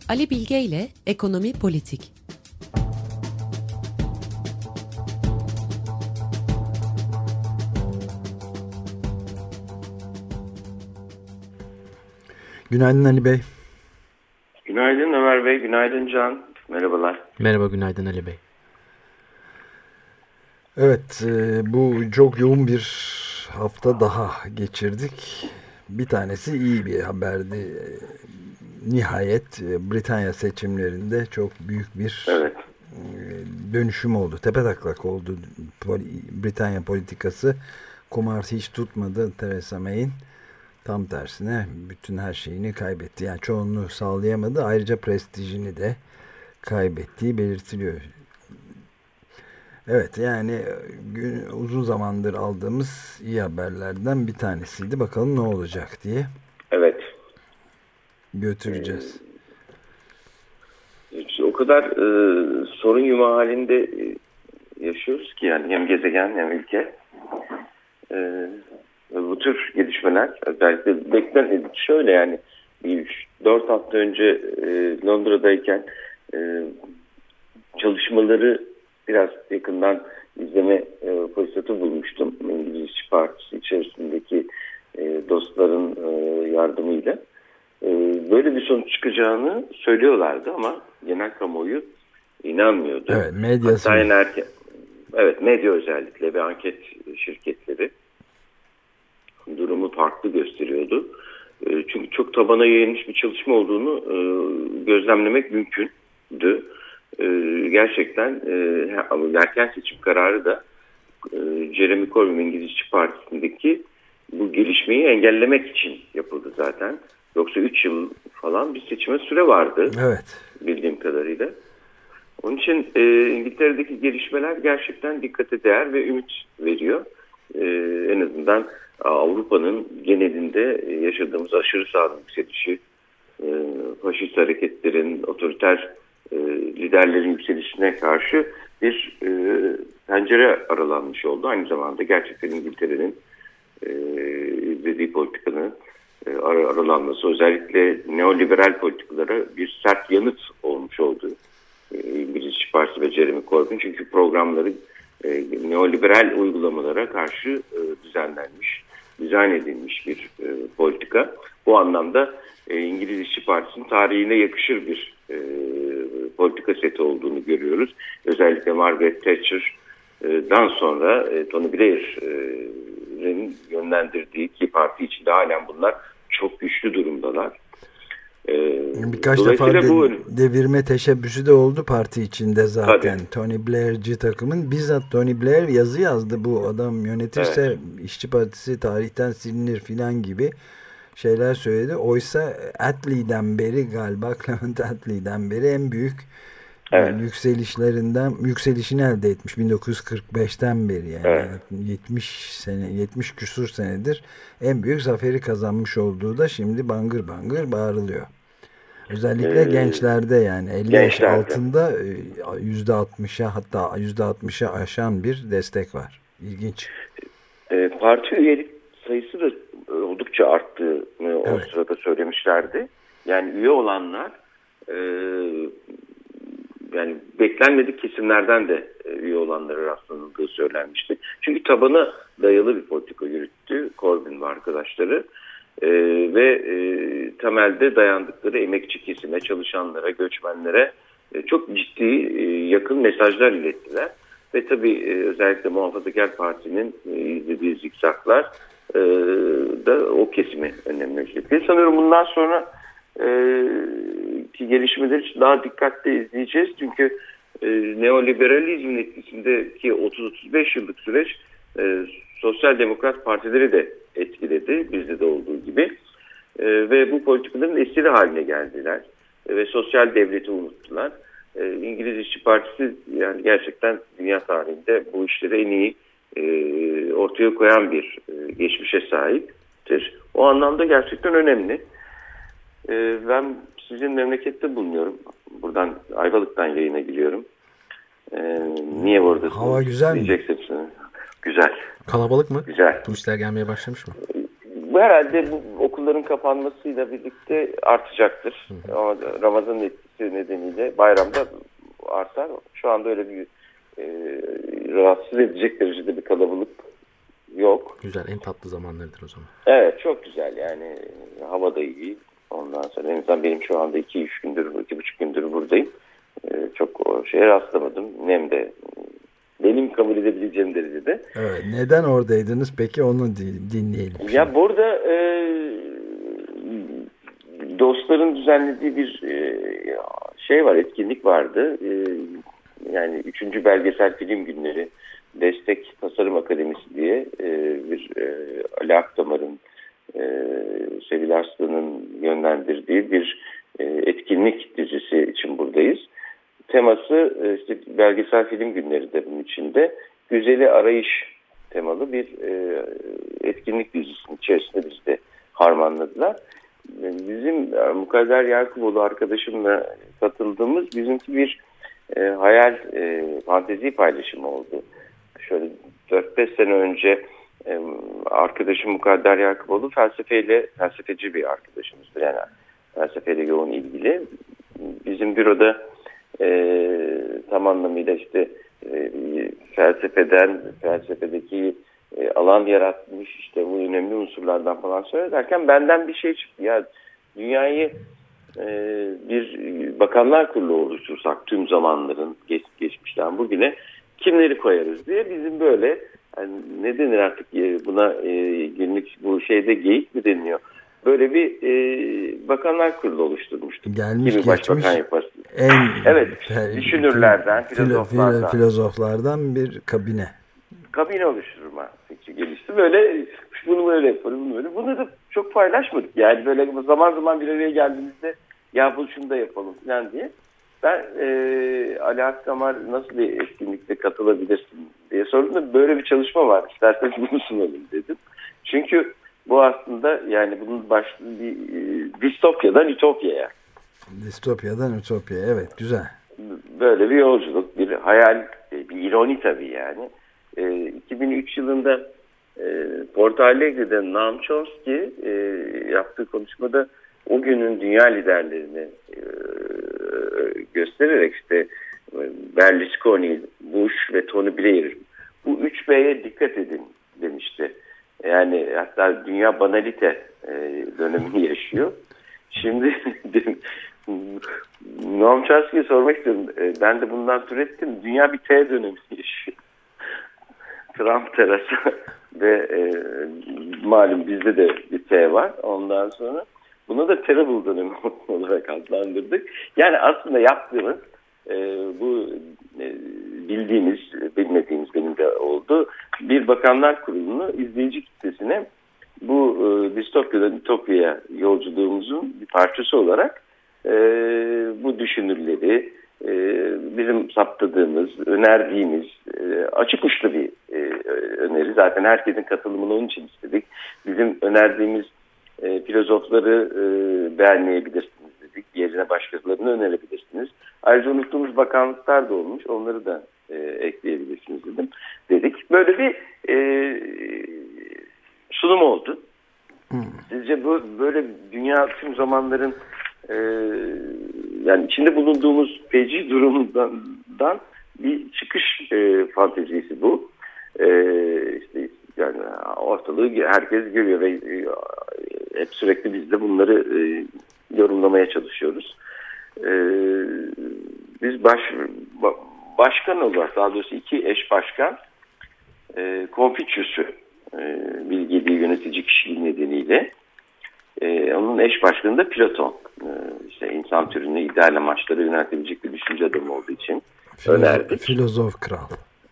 Ali Bilge ile Ekonomi Politik. Günaydın Ali Bey. Günaydın Ömer Bey, günaydın Can. Merhabalar. Merhaba, günaydın Ali Bey. Evet, bu çok yoğun bir hafta daha geçirdik. Bir tanesi iyi bir haberdi. Nihayet Britanya seçimlerinde çok büyük bir dönüşüm oldu. Tepetaklak oldu Britanya politikası. Kumar hiç tutmadı Theresa May'in. Tam tersine bütün her şeyini kaybetti. Yani çoğunluğu sağlayamadı. Ayrıca prestijini de kaybettiği belirtiliyor. Evet, yani uzun zamandır aldığımız iyi haberlerden bir tanesiydi. Bakalım ne olacak diye. Evet. Götüreceğiz. O kadar sorun yumağı halinde yaşıyoruz ki yani hem gezegen hem ülke. Bu tür gelişmeler özellikle şöyle yani 4 hafta önce Londra'dayken çalışmaları biraz yakından izleme fırsatı bulmuştum. İngiliz İşçi Partisi içerisindeki dostların yardımıyla. Böyle bir sonuç çıkacağını söylüyorlardı ama genel kamuoyu inanmıyordu. Evet, medyası. Evet, medya özellikle ve anket şirketleri durumu farklı gösteriyordu. Çünkü çok tabana yayılmış bir çalışma olduğunu gözlemlemek mümkündü. Gerçekten erken seçim kararı da Jeremy Corbyn İngiliz İşçi Partisi'ndeki bu gelişmeyi engellemek için yapıldı zaten. Yoksa 3 yıl falan bir seçime süre vardı. Evet. Bildiğim kadarıyla. Onun için İngiltere'deki gelişmeler gerçekten dikkate değer ve ümit veriyor. En azından Avrupa'nın genelinde yaşadığımız aşırı sağ yükselişi, faşist hareketlerin, otoriter liderlerin yükselişine karşı bir pencere aralanmış oldu. Aynı zamanda gerçekten İngiltere'nin izlediği politikanın aralanması, özellikle neoliberal politikalara bir sert yanıt olmuş oldu. İngiliz İşçi Partisi ve Jeremy Corbyn, çünkü programları neoliberal uygulamalara karşı dizayn edilmiş bir politika. Bu anlamda İngiliz İşçi Partisi'nin tarihine yakışır bir politika seti olduğunu görüyoruz. Özellikle Margaret Thatcher'dan sonra Tony Blair'in yönlendirdiği ki parti içinde halen bunlar çok güçlü durumdalar. Birkaç defa devirme teşebbüsü de oldu parti içinde zaten. Tabii. Tony Blair'ci takımın bizzat Tony Blair yazı yazdı. Bu adam yönetirse İşçi Partisi tarihten silinir filan gibi şeyler söyledi. Oysa Attlee'den beri galiba Clement Attlee'den beri en büyük yükselişini elde etmiş 1945'ten beri yani 70 küsur senedir en büyük zaferi kazanmış olduğu da şimdi bangır bangır bağırılıyor. Özellikle gençlerde yani 50 yaş altında %60'a hatta %60'a aşan bir destek var. İlginç. Parti üyelik sayısı da oldukça arttığını o sırada söylemişlerdi. Yani üye olanlar yani beklenmedik kesimlerden de üye olanlara rastlanıldığı söylenmişti. Çünkü tabana dayalı bir politika yürüttü Corbyn ve arkadaşları ve temelde dayandıkları emekçi kesime, çalışanlara, göçmenlere çok ciddi yakın mesajlar ilettiler. Ve tabii özellikle Muhafazakar Parti'nin izlediği zikzaklar da o kesimi önemli. Sanıyorum bundan sonra ki gelişmeleri daha dikkatli izleyeceğiz. Çünkü neoliberalizmin etkisindeki 30-35 yıllık süreç sosyal demokrat partileri de etkiledi. Bizde de olduğu gibi. Ve bu politikaların esiri haline geldiler. Ve sosyal devleti unuttular. İngiliz İşçi Partisi yani gerçekten dünya tarihinde bu işleri en iyi ortaya koyan bir geçmişe sahiptir. O anlamda gerçekten önemli. Ben sizin memlekette bulunuyorum. Buradan Ayvalık'tan yayına giriyorum. Niye buradasınız? Hava güzel mi? Güzel. Kalabalık mı? Güzel. Turistler gelmeye başlamış mı? Bu herhalde bu okul okulların kapanmasıyla birlikte artacaktır. Ama Ramazan'ın etkisi nedeniyle bayramda artar. Şu anda öyle bir rahatsız edecek derecede bir kalabalık yok. Güzel, en tatlı zamanlarıdır o zaman. Evet, çok güzel yani, hava da iyi. Ondan sonra en azından benim şu anda 2,5 gündür buradayım. Çok şeye rastlamadım. Nem de benim kabul edebileceğim derecede. Evet, neden oradaydınız peki, onu dinleyelim. Ya burada dostların düzenlediği bir şey var, etkinlik vardı. Yani 3. Belgesel Film Günleri Destek Tasarım Akademisi diye bir Ali Akdamar'ın, Sevil Arslan'ın yönlendirdiği bir etkinlik dizisi için buradayız. Teması işte belgesel film günleri de bunun içinde. Güzeli arayış temalı bir etkinlik dizisinin içerisinde bizi de harmanladılar. Bizim Mukadder Yakuboğlu arkadaşımla katıldığımız bizimki bir hayal fantezi paylaşımı oldu. Şöyle 4-5 sene önce arkadaşım Mukadder Yakuboğlu felsefeci bir arkadaşımızdır. Yani felsefeyle yoğun ilgili. Bizim büroda tam anlamıyla işte felsefedeki alan yaratmış işte bu önemli unsurlardan falan söylerken benden bir şey çıktı. Ya dünyayı bir bakanlar kurulu oluştursak tüm zamanların geçmişten bugüne kimleri koyarız diye bizim böyle yani ne denir artık buna günlük bu şeyde geyik mi deniyor? Böyle bir bakanlar kurulu oluşturmuştuk. Gelmiş kimi başbakan yaparsın. Evet, düşünürlerden, filozoflardan bir kabine oluşturma fikri gelişti. Böyle bunu böyle yaparız, bunu böyle. Bunu da çok paylaşmadık. Yani böyle zaman zaman bir araya geldiğimizde ya bu şunu da yapalım falan diye. Ben Ali Akdamar nasıl bir etkinlikte katılabilirsin diye sordum da böyle bir çalışma var. İsterseniz bunu sunalım dedim. Çünkü bu aslında yani bunun başlığı bir distopyadan ütopyaya. Distopyadan ütopyaya, evet, güzel. Böyle bir yolculuk, bir hayal, bir ironi tabii yani. 2003 yılında Porto Alegre'de Noam Chomsky yaptığı konuşmada o günün dünya liderlerini göstererek işte Berlusconi, Bush ve Tony Blair, bu 3B'ye dikkat edin demişti. Yani hatta dünya banalite dönemini yaşıyor. Şimdi Noam Chomsky'ye sormak istiyorum. Ben de bundan türettim. Dünya bir T dönemini yaşıyor. Trump terası ve malum bizde de bir T var. Ondan sonra bunu da terrible dönemi olarak adlandırdık. Yani aslında yaptığımız bu bildiğimiz, bilmediğimiz benim de oldu. Bir bakanlar kurulunu izleyici kitlesine bu distopyadan ütopyaya yolculuğumuzun bir parçası olarak bu düşünürleri, bizim saptadığımız, önerdiğimiz açık uçlu bir öneri. Zaten herkesin katılımını onun için istedik. Bizim önerdiğimiz filozofları beğenmeyebilirsiniz dedik. Yerine başkalarını önerebilirsiniz. Ayrıca unuttuğumuz bakanlıklar da olmuş. Onları da ekleyebilirsiniz dedik. Böyle bir sunum oldu. Sizce bu böyle dünya tüm zamanların yani içinde bulunduğumuz feci durumundan bir çıkış fantezisi bu. İşte yani ortalığı herkes görüyor ve hep sürekli biz de bunları yorumlamaya çalışıyoruz. Biz başkan olarak, daha doğrusu iki eş başkan, Confucius'u bilgeliği yönetici kişiliği nedeniyle onun eş başkanı da Platon. İşte insan türünü ideal amaçlara yöneltebilecek bir düşünce adamı olduğu için önerdik. Filozof kral.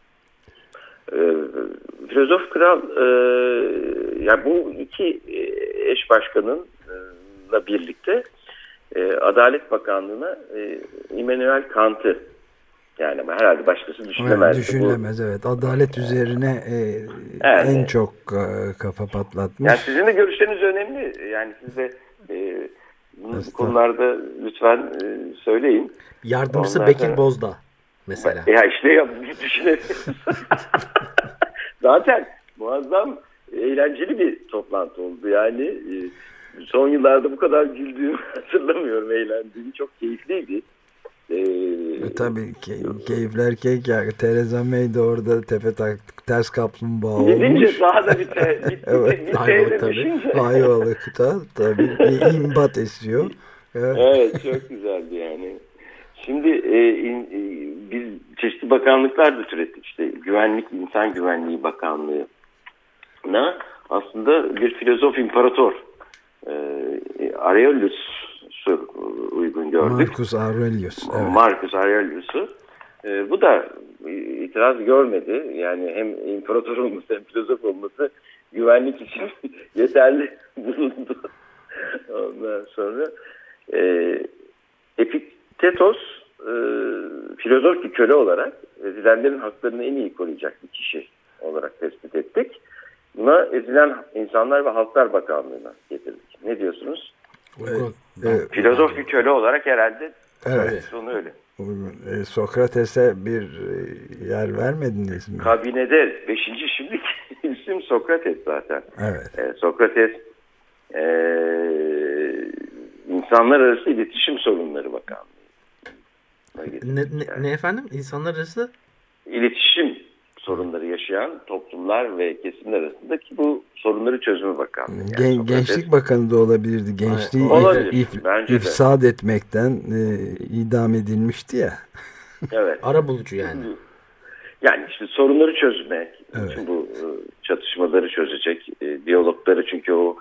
Filozof kral yani bu iki eş başkanınla birlikte Adalet Bakanlığı'na Immanuel Kant'ı, yani ama herhalde başkası düşünemez. Düşünemez, evet. Adalet üzerine en çok kafa patlatmış. Yani sizin de görüşleriniz önemli. Yani siz de bu konularda lütfen söyleyin. Yardımcısı Bekir Bozdağ mesela. Ya işte düşünelim. Zaten muazzam eğlenceli bir toplantı oldu. Yani son yıllarda bu kadar güldüğümü hatırlamıyorum, eğlendiğimi. Çok keyifliydi. Tabii ki keyifler keyif ya. Theresa May de orada ters kaplumbağa olmuş. Gidince daha da bir evet. Ayvalık'ta tabii bir imbat esiyor. Evet, çok güzeldi yani. Şimdi biz çeşitli bakanlıklar da türettik. İşte Güvenlik, İnsan Güvenliği Bakanlığı'na aslında bir filozof imparator Aurelius'u uygun gördük. Marcus Aurelius. Evet. Marcus Aurelius'u. Bu da itiraz görmedi. Yani hem imparator olması hem filozof olması güvenlik için yeterli bulundu. Ondan sonra Epiktetos filozof bir köle olarak ezilenlerin haklarını en iyi koruyacak bir kişi olarak tespit ettik. Buna Ezilen İnsanlar ve Halklar Bakanlığı'na getirdik. Ne diyorsunuz? Filozof bir köle olarak herhalde. Evet. Sonu öyle. Sokrates'e bir yer vermediniz mi? Kabinede 5. şimdiki isim Sokrates zaten. Evet. Sokrates İnsanlar Arası İletişim Sorunları Bakanlığı. Ne efendim? İnsanlar arası? İletişim sorunları yaşayan toplumlar ve kesimler arasındaki bu sorunları çözümü bakanlığı. Yani Gençlik Bakanı da olabilirdi. Gençliği ifsad etmekten idam edilmişti ya. Evet. Arabulucu yani. Yani işte sorunları çözmek, evet. Bütün bu çatışmaları çözecek, diyalogları, çünkü o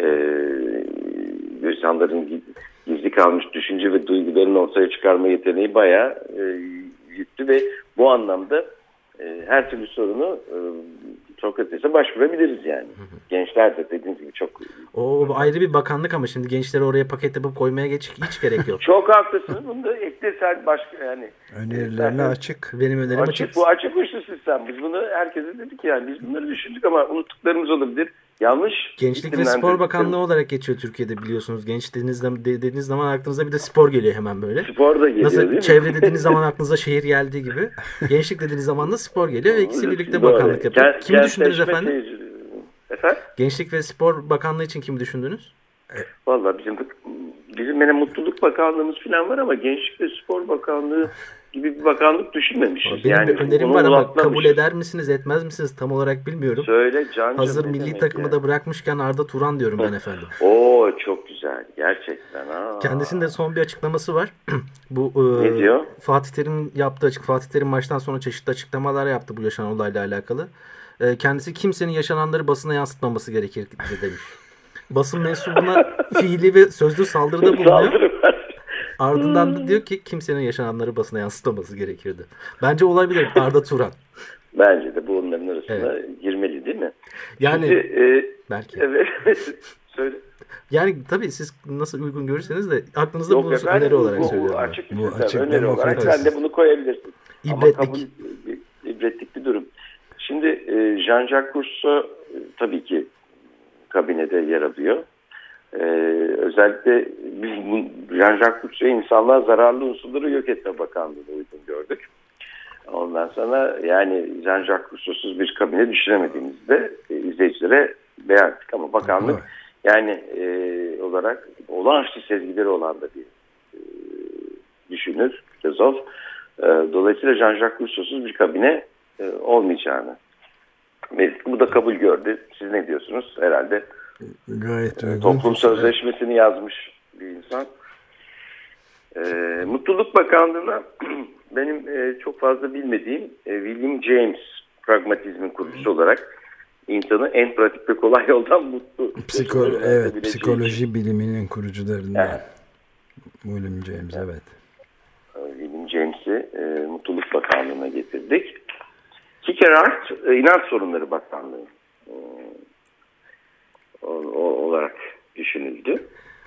insanların gizli kalmış düşünce ve duygularını ortaya çıkarma yeteneği bayağı yüklü ve bu anlamda her türlü sorunu Sokrates'e başvurabiliriz yani. Gençler de dediğiniz gibi çok... O ayrı bir bakanlık ama şimdi gençleri oraya paket yapıp koymaya hiç gerek yok. Çok haklısınız. Bunu da eklesen başka yani. Önerilerine açık. Benim önerim açık. Bu açık uçlu sistem. Biz bunu herkese dedik yani. Biz bunları düşündük ama unuttuklarımız olabilir. Yanlış. Gençlik ve Spor Bakanlığı olarak geçiyor Türkiye'de, biliyorsunuz. Genç dediğiniz zaman aklınıza bir de spor geliyor hemen böyle. Spor da geliyor. Nasıl çevre dediğiniz zaman aklınıza şehir geldiği gibi. Gençlik dediğiniz zaman da spor geliyor ve ikisi birlikte bakanlık yapıyor. Kimi düşündünüz efendim? Efendim? Gençlik ve Spor Bakanlığı için kimi düşündünüz? Vallahi bizim benim Mutluluk Bakanlığımız falan var ama Gençlik ve Spor Bakanlığı gibi bir bakanlık düşünmemişiz. Benim bir önerim var ama kabul eder misiniz, etmez misiniz tam olarak bilmiyorum. Söyle Cancım. Hazır milli takımı da bırakmışken Arda Turan diyorum ben efendim. Oo, çok güzel. Gerçekten. Kendisinin de son bir açıklaması var. Bu ne diyor? Fatih Terim maçtan sonra çeşitli açıklamalar yaptı bu yaşanan olayla alakalı. Kendisi kimsenin yaşananları basına yansıtmaması gerekir demiş. Basın mensubuna fiili ve sözlü saldırıda bulunuyor. Ardından da diyor ki kimsenin yaşananları basına yansıtmaması gerekirdi. Bence olabilir Arda Turan. Bence de bu onların arasında girmeli değil mi? Yani belki. Evet. Söyle. Yani tabii siz nasıl uygun görürseniz de aklınızda bulunsun, öneri olarak söylüyorum. Bu açık öneri olarak sen de bunu koyabilirsin. İbretlik bir durum. Şimdi Jean-Jacques Rousseau tabii ki kabinede yer alıyor. Özellikle biz Jean-Jacques Rousseau'ya insanlığa zararlı unsurları yok etme bakanlığına uygun gördük. Ondan sonra yani Jean-Jacques Rousseau'suz bir kabine düşünemediğimizde izleyicilere beyan ettik ama bakanlık yani olarak olağanüstü sezgileri olan da bir düşünür, filozof. Dolayısıyla Jean-Jacques Rousseau'suz bir kabine olmayacağını. Bu da kabul gördü. Siz ne diyorsunuz? Herhalde gayet uygun. Toplum Sözleşmesi'ni yazmış bir insan. Mutluluk Bakanlığı'na benim çok fazla bilmediğim William James, pragmatizmin kurucusu olarak insanı en pratik ve kolay yoldan mutlu. Psikoloji biliminin kurucularından. Evet. William James, evet. William James'i Mutluluk Bakanlığı'na getirdik. Kierkegaard, İnanç Sorunları Bakanlığı olarak düşünüldü.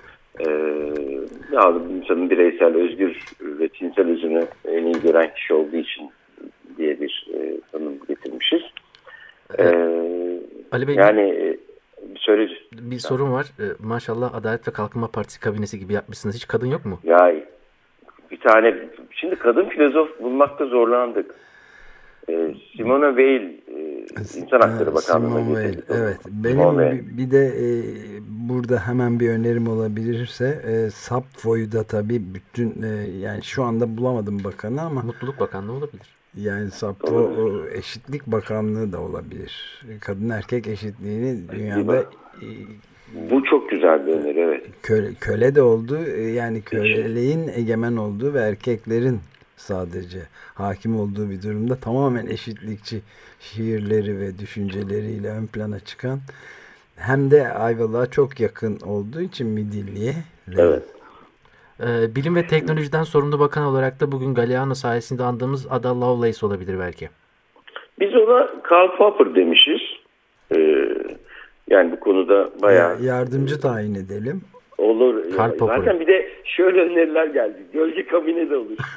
İnsanın bireysel, özgür ve tinsel özünü en iyi gören kişi olduğu için diye bir tanım getirmişiz. Ali Bey, yani bir sorun var. Maşallah Adalet ve Kalkınma Partisi kabinesi gibi yapmışsınız. Hiç kadın yok mu? Ya bir tane, şimdi kadın filozof bulmakta zorlandık. Simone Weil İnsan Hakları Bakanlığı'na Simone getirdi. Weil, evet. Benim bir de burada hemen bir önerim olabilirse Sapfo'yu da tabii bütün yani şu anda bulamadım bakanı ama Mutluluk Bakanlığı olabilir. yani Sapfo Eşitlik Bakanlığı da olabilir. Kadın erkek eşitliğini dünyada bu çok güzel bir öneri, evet. Köle de oldu. Yani köleliğin egemen olduğu ve erkeklerin sadece hakim olduğu bir durumda tamamen eşitlikçi şiirleri ve düşünceleriyle ön plana çıkan, hem de Ayvalık'a çok yakın olduğu için Midilli'ye. Evet. Bilim ve teknolojiden sorumlu bakan olarak da bugün Galeano sayesinde andığımız Ada Lovelace olabilir belki. Biz ona Karl Popper demişiz. Yani bu konuda bayağı yardımcı tayin edelim. Olur. Zaten bir de şöyle öneriler geldi. Gölge kabine de olur.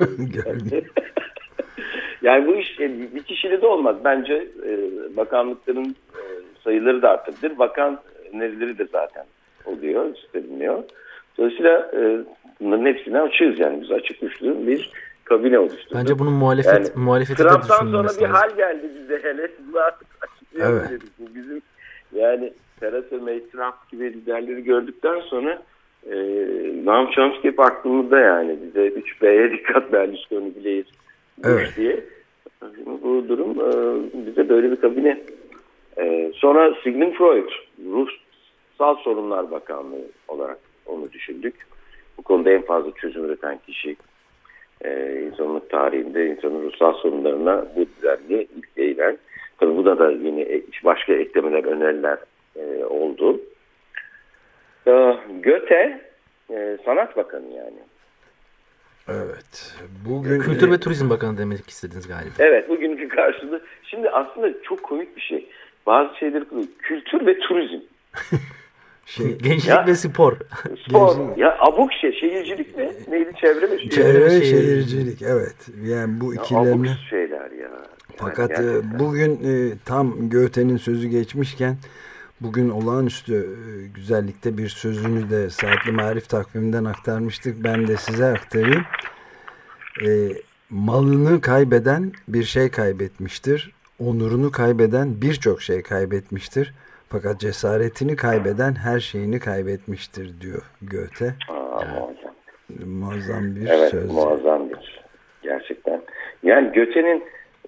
Yani bu iş bir kişiyle de olmaz. Bence bakanlıkların sayıları da artabilir. Bakan önerileri de zaten oluyor, isteniliyor. Dolayısıyla bunların hepsine açığız yani. Biz açık uçlu bir kabine oluşturduk. Bence bunun muhalefeti de Trump'tan sonra düşünülmesi bir lazım. hal geldi bize hele. Bunu artık açıklayalım evet. dedik. Bu bizim yani Theresa May, Trump gibi liderleri gördükten sonra Noam Chomsky hep aklımızda yani. Bize 3B'ye dikkat Berlusconi bileyiz evet. diye. Bu durum bize böyle bir kabine. Sonra Sigmund Freud, Ruhsal Sorunlar Bakanlığı olarak onu düşündük. Bu konuda en fazla çözüm üreten kişi insanlık tarihinde insanın ruhsal sorunlarına bu düzenli ilk eğilen. Tabii buna da yine başka eklemeler, öneriler oldu. Göte Sanat Bakanı yani. Evet. Bugün Kültür ve Turizm Bakanı demek istediniz galiba. Evet, bugünkü karşılığı. Şimdi aslında çok komik bir şey. Bazı şeyleri kültür ve turizm. Gençlik ve spor. Spor. Ya abuk şehircilik ve neydi? Çevre ve Çevre ve şehircilik. Evet. Yani bu ikilemle. Abuk şeyler ya. Fakat yani bugün tam Goethe'nin sözü geçmişken bugün olağanüstü güzellikte bir sözünü de Saatli Marif takviminden aktarmıştık. Ben de size aktarayım. Malını kaybeden bir şey kaybetmiştir. Onurunu kaybeden birçok şey kaybetmiştir. Fakat cesaretini kaybeden her şeyini kaybetmiştir diyor Goethe. Muazzam. Muazzam bir evet, söz. Muazzam bir. Gerçekten. Yani Goethe'nin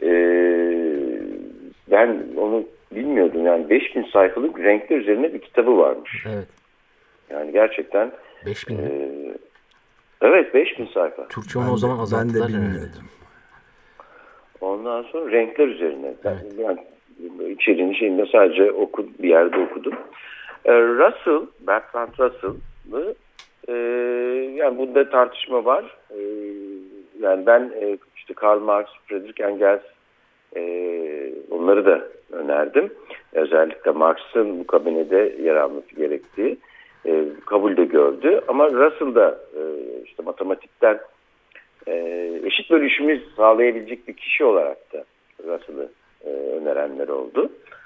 ben onu bilmiyordum. Yani 5000 sayfalık renkler üzerine bir kitabı varmış. Evet. Yani gerçekten 5000 mi? Evet, 5000 sayfa. Türkçe onu o zaman azalttılar. Ben de bilmiyordum. Ondan sonra renkler üzerine. Yani içeriğini şeyinde sadece bir yerde okudum. Bertrand Russell'ı yani bunda tartışma var. Yani ben işte Karl Marx, Friedrich Engels onları da önerdim. Özellikle Marx'ın bu kabinede yer alması gerektiği kabul de gördü. Ama Russell da işte matematikten eşit bölüşümü sağlayabilecek bir kişi olarak da Russell'ı önerenler oldu.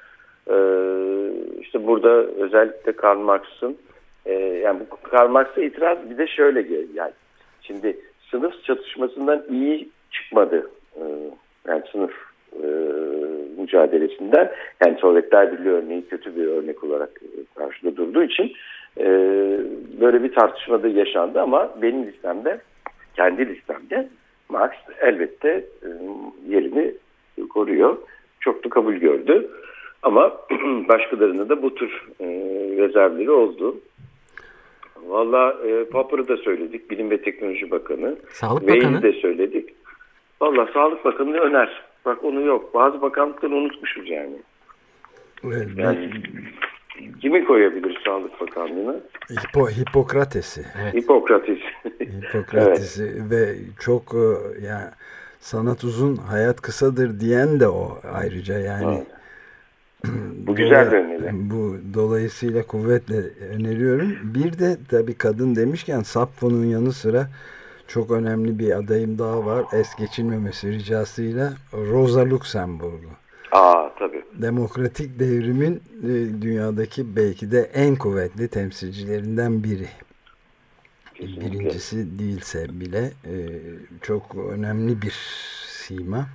İşte burada özellikle Karl Marx'ın yani bu Karl Marx'a itiraz bir de şöyle yani şimdi sınıf çatışmasından iyi çıkmadı. Yani sınıf mücadelesinden yani Sovyetler Birliği örneği kötü bir örnek olarak karşıda durduğu için böyle bir tartışmada yaşandı ama benim listemde kendi listemde Marx elbette yerini koruyor. Çok da kabul gördü. Ama başkalarının da bu tür rezervleri oldu. Valla Popper'ı da söyledik. Bilim ve Teknoloji Bakanı. Sağlık Bakanı. de söyledik. Valla Sağlık Bakanı'nı öner. Bak onu yok. Bazı bakanlıkları unutmuşuz yani. Evet, yani kimi koyabilir Sağlık Bakanlığı'na? Hipokrates'i. Evet. Hipokrates'i evet. Ve çok yani sanat uzun, hayat kısadır diyen de o ayrıca yani. Evet. Bu güzel bir öneri. Bu dolayısıyla kuvvetle öneriyorum. Bir de tabii kadın demişken Sappho'nun yanı sıra çok önemli bir adayım daha var. Es geçilmemesi ricasıyla Rosa Luxemburg'u. Tabii. Demokratik devrimin dünyadaki belki de en kuvvetli temsilcilerinden biri. Kesinlikle. Birincisi değilse bile çok önemli bir sima.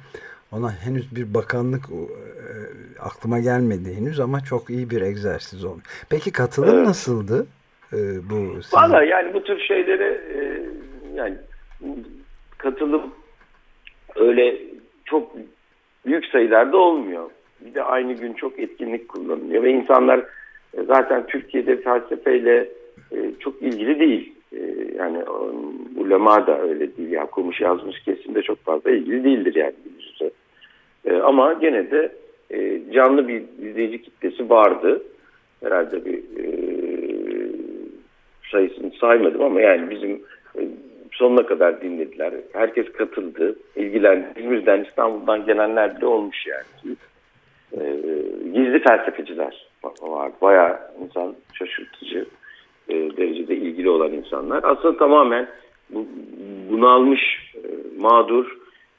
Ona henüz bir bakanlık aklıma gelmedi henüz ama çok iyi bir egzersiz oldu. Peki katılım nasıldı? Bu valla yani bu tür şeylere yani katılım öyle çok büyük sayılarda olmuyor. Bir de aynı gün çok etkinlik kullanılıyor ve insanlar zaten Türkiye'de felsefeyle çok ilgili değil. Yani ulema da öyle değil. Yani okumuş yazmış kesimde çok fazla ilgili değildir yani. Ama gene de canlı bir izleyici kitlesi vardı. Herhalde bir sayısını saymadım ama yani bizim sonuna kadar dinlediler. Herkes katıldı, ilgilendi. İzmir'den, İstanbul'dan gelenler bile olmuş yani. Gizli felsefeciler var. Bayağı insan şaşırtıcı derecede ilgili olan insanlar. Aslında tamamen bunalmış, mağdur,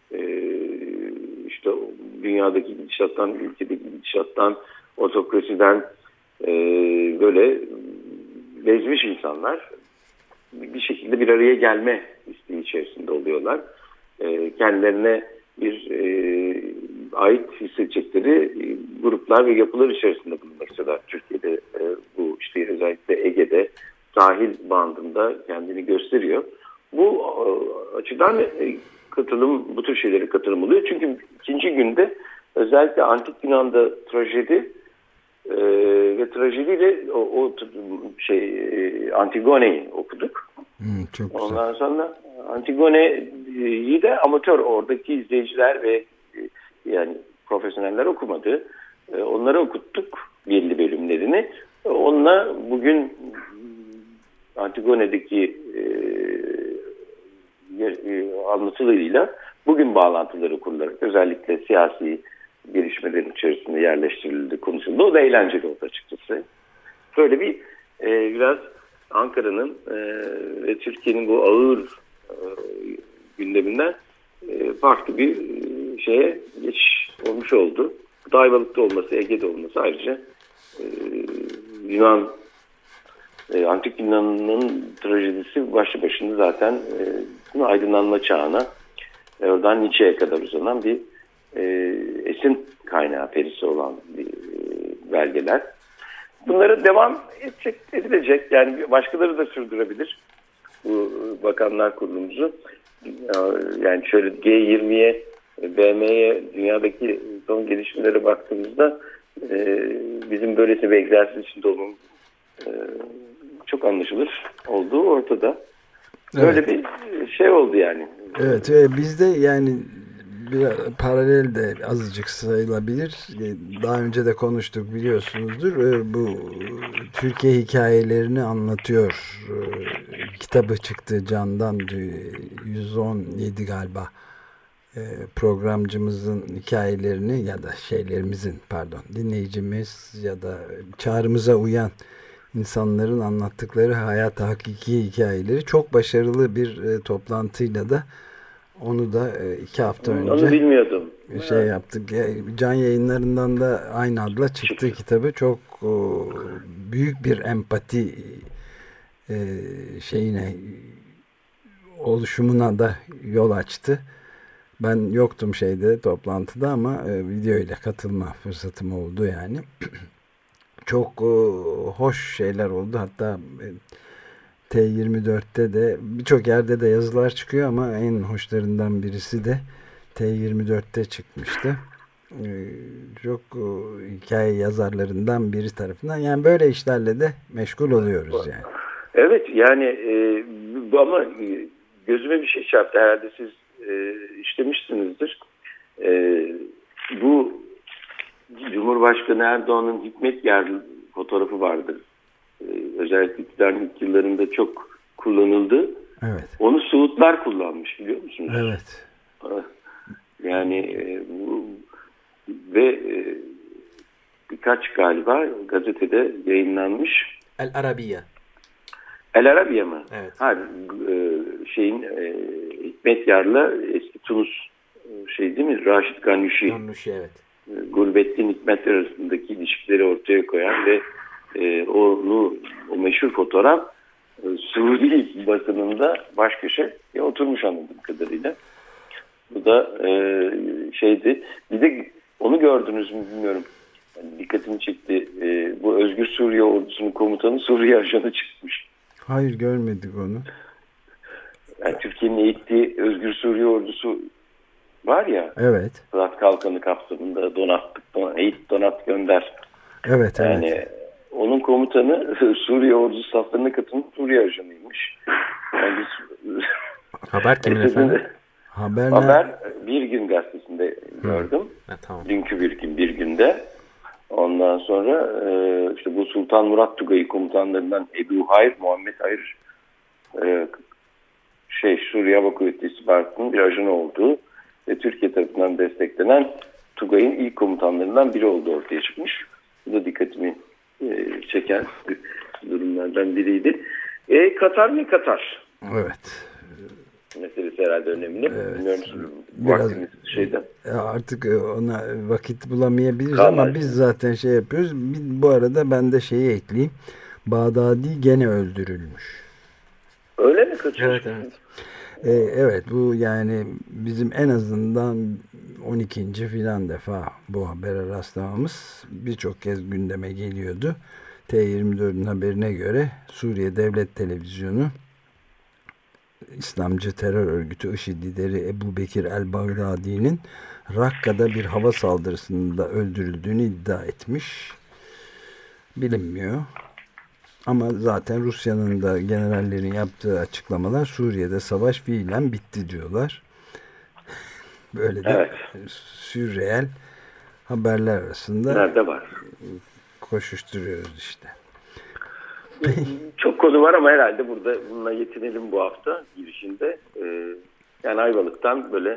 işte dünyadaki gidişattan, ülkedeki gidişattan, otokrasiden böyle bezmiş insanlar bir şekilde bir araya gelme isteği içerisinde oluyorlar. Kendilerine bir ait hissedecekleri gruplar ve yapılar içerisinde bulunmak istiyorlar. Türkiye'de bu işte özellikle Ege'de sahil bandında kendini gösteriyor. Bu açıdan katılım, bu tür şeylere katılım oluyor. Çünkü ikinci günde özellikle Antik Yunan'da trajedi ve trajediyle o Antigone'yi okuduk. Çok güzel. Ondan sonra Antigone'yi de amatör oradaki izleyiciler ve yani profesyoneller okumadı. Onlara okuttuk belli bölümlerini. Onunla bugün Antigone'deki anlatılarıyla bugün bağlantıları kurularak özellikle siyasi gelişmelerin içerisinde yerleştirildi, konuşuldu. O da eğlenceli oldu açıkçası. Böyle bir biraz Ankara'nın ve Türkiye'nin bu ağır gündeminden farklı bir şeye geçiş olmuş oldu. Ayvalık'ta olması, Ege'de olması ayrıca Antik Yunan'ın trajedisi başlı başında zaten aydınlanma çağına oradan Nietzsche'ye kadar uzanan bir esin kaynağı, perisi olan bir belgeler. Bunlara devam edilecek. Yani başkaları da sürdürebilir bu Bakanlar Kurulumuzu. Yani şöyle G20'ye, BM'ye, dünyadaki son gelişmelere baktığımızda bizim böylesi bir egzersiz içinde olmamız çok anlaşılır olduğu ortada. Böyle evet. Bir şey oldu yani. Evet, bizde yani bir paralel de azıcık sayılabilir. Daha önce de konuştuk biliyorsunuzdur. Bu Türkiye hikayelerini anlatıyor. Kitabı çıktı Can'dan 117 galiba. Programcımızın hikayelerini ya da dinleyicimiz ya da çağrımıza uyan insanların anlattıkları hayat hakiki hikayeleri çok başarılı bir toplantıyla da onu da 2 hafta önce onu bilmiyordum. Yaptık. Can Yayınlarından da aynı adla çıktı kitabı. Çok büyük bir empati oluşumuna da yol açtı. Ben yoktum toplantıda ama video ile katılma fırsatım oldu yani. Çok hoş şeyler oldu. Hatta T24'te de birçok yerde de yazılar çıkıyor ama en hoşlarından birisi de T24'te çıkmıştı. Çok hikaye yazarlarından biri tarafından. Yani böyle işlerle de meşgul oluyoruz yani. Evet yani ama gözüme bir şey çarptı. Herhalde siz işlemişsinizdir. Bu Cumhurbaşkanı Erdoğan'ın Hikmet Yarlı fotoğrafı vardır. Özellikle iktidarın ilk yıllarında çok kullanıldı. Evet. Onu Suudlar kullanmış biliyor musunuz? Evet. Yani ve birkaç galiba gazetede yayınlanmış. El Arabiya mı? Evet. Hayır, Hikmet Yar'la eski Tunus değil mi? Raşid Gannuşi, evet. Gulbettin Hikmet arasındaki ilişkileri ortaya koyan ve o meşhur fotoğraf Suudi basınında baş köşeye oturmuş anladığım kadarıyla. Bu da şeydi. Bir de onu gördünüz mü bilmiyorum. Yani dikkatimi çekti. Bu Özgür Suriye Ordusu'nun komutanı Suriye ajanı çıkmış. Hayır, görmedik onu. Yani Türkiye'nin eğittiği Özgür Suriye Ordusu var ya. Evet. Fırat Kalkanı kapsamında donat gönder. Evet, yani evet. Onun komutanı Suriye Ordusu saflarına katılmış Suriye ajanıymış. Yani Haber kimin efendim? Haber Bir Gün gazetesinde gördüm. Tamam. Dünkü Bir Gün'de. Ondan sonra işte bu Sultan Murat Tugay'ı komutanlarından Ebu Hayr, Muhammed Hayr Suriye Hava Kuvvetleri İstihbaratı'nın bir ajanı olduğu ve Türkiye tarafından desteklenen Tugay'ın ilk komutanlarından biri olduğu ortaya çıkmış. Bu da dikkatimi çeken durumlardan biriydi. Katar ne Katar? Evet. Meselesi herhalde önemli. Evet. Bilmiyorum, Biraz şeyden. artık ona vakit bulamayabiliriz Kalmaz. ama biz zaten şey yapıyoruz. Bu arada ben de şeyi ekleyeyim. Bağdadi gene öldürülmüş. Öyle mi kaçıyor? Evet, evet. Evet, bu yani bizim en azından 12. filan defa bu habere rastlamamız birçok kez gündeme geliyordu. T24'ün haberine göre Suriye Devlet Televizyonu İslamcı terör örgütü IŞİD lideri Ebu Bekir el-Baghdadi'nin Rakka'da bir hava saldırısında öldürüldüğünü iddia etmiş. Bilinmiyor. Ama zaten Rusya'nın da generallerin yaptığı açıklamalar Suriye'de savaş fiilen bitti diyorlar. Böyle de sürreel haberler arasında nerede var? Koşuşturuyoruz işte. Çok konu var ama herhalde bununla yetinelim bu hafta girişinde. Yani Ayvalık'tan böyle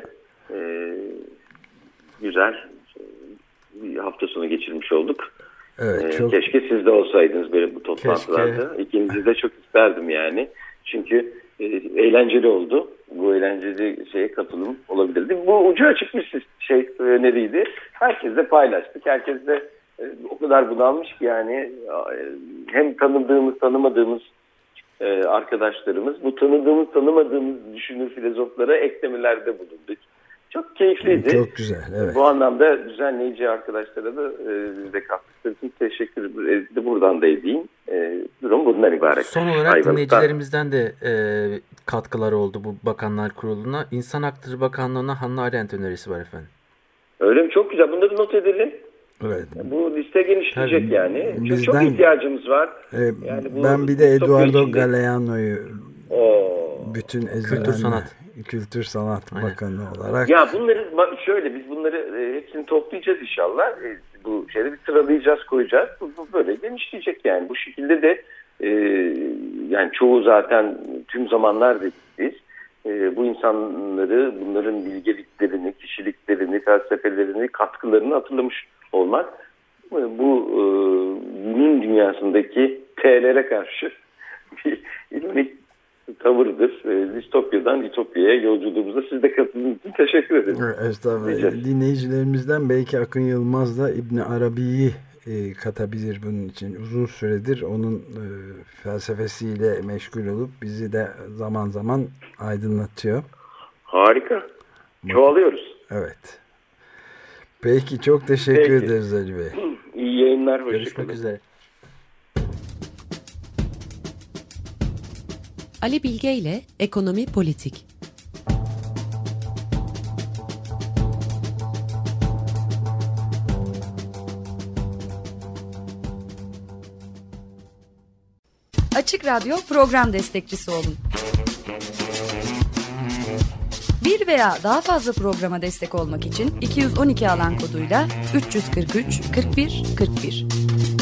güzel bir hafta sonu geçirmiş olduk. Evet, çok... Keşke siz de olsaydınız böyle bu toplantılarda. İkinizi de çok isterdim yani. Çünkü eğlenceli oldu. Bu eğlenceli şeye katılım olabilirdi. Bu ucu açık bir öneriydi. Herkes de paylaştık. Herkes de o kadar bunalmış ki yani hem tanıdığımız tanımadığımız arkadaşlarımız, bu tanımadığımız düşünür filozoflara eklemelerde bulunduk. Çok keyifliydi. Çok güzel, evet. Bu anlamda düzenleyici arkadaşlara da bize kattıkları için teşekkür ederim. Buradan da edeyim. Durum bundan ibaret. Son olarak dinleyicilerimizden de katkıları oldu bu Bakanlar Kurulu'na. İnsan Hakları Bakanlığı'na Hannah Arendt önerisi var efendim. Öyle mi? Çok güzel. Bunları not edelim. Evet. Bu liste genişleyecek. Tabii, yani. Bizden, çok ihtiyacımız var. Yani ben bir de Eduardo Galeano'yu bütün Kültür Sanat Bakanı olarak. Ya bunları şöyle biz bunları hepsini toplayacağız inşallah. Bu şeyleri bir sıralayacağız, koyacağız. Bu böyle genişleyecek yani. Bu şekilde de yani çoğu zaten tüm zamanlarda biz bu insanları, bunların bilgeliklerini, kişiliklerini, felsefelerini, katkılarını hatırlamış olmak bunun dünyasındaki T'lere karşı bir ironik tavırdır. Distopyadan ütopyaya yolculuğumuzda siz de katıldığınız için teşekkür ederim. Estağfurullah. Dinleyicilerimizden belki Akın Yılmaz da İbn Arabi'yi katabilir bunun için. Uzun süredir onun felsefesiyle meşgul olup bizi de zaman zaman aydınlatıyor. Harika. Çoğalıyoruz. Evet. Peki çok teşekkür ederiz Ali Bey. İyi yayınlar. Görüşmek üzere. Ali Bilge ile Ekonomi Politik. Açık Radyo program destekçisi olun. Bir veya daha fazla programa destek olmak için 212 alan koduyla 343 41 41.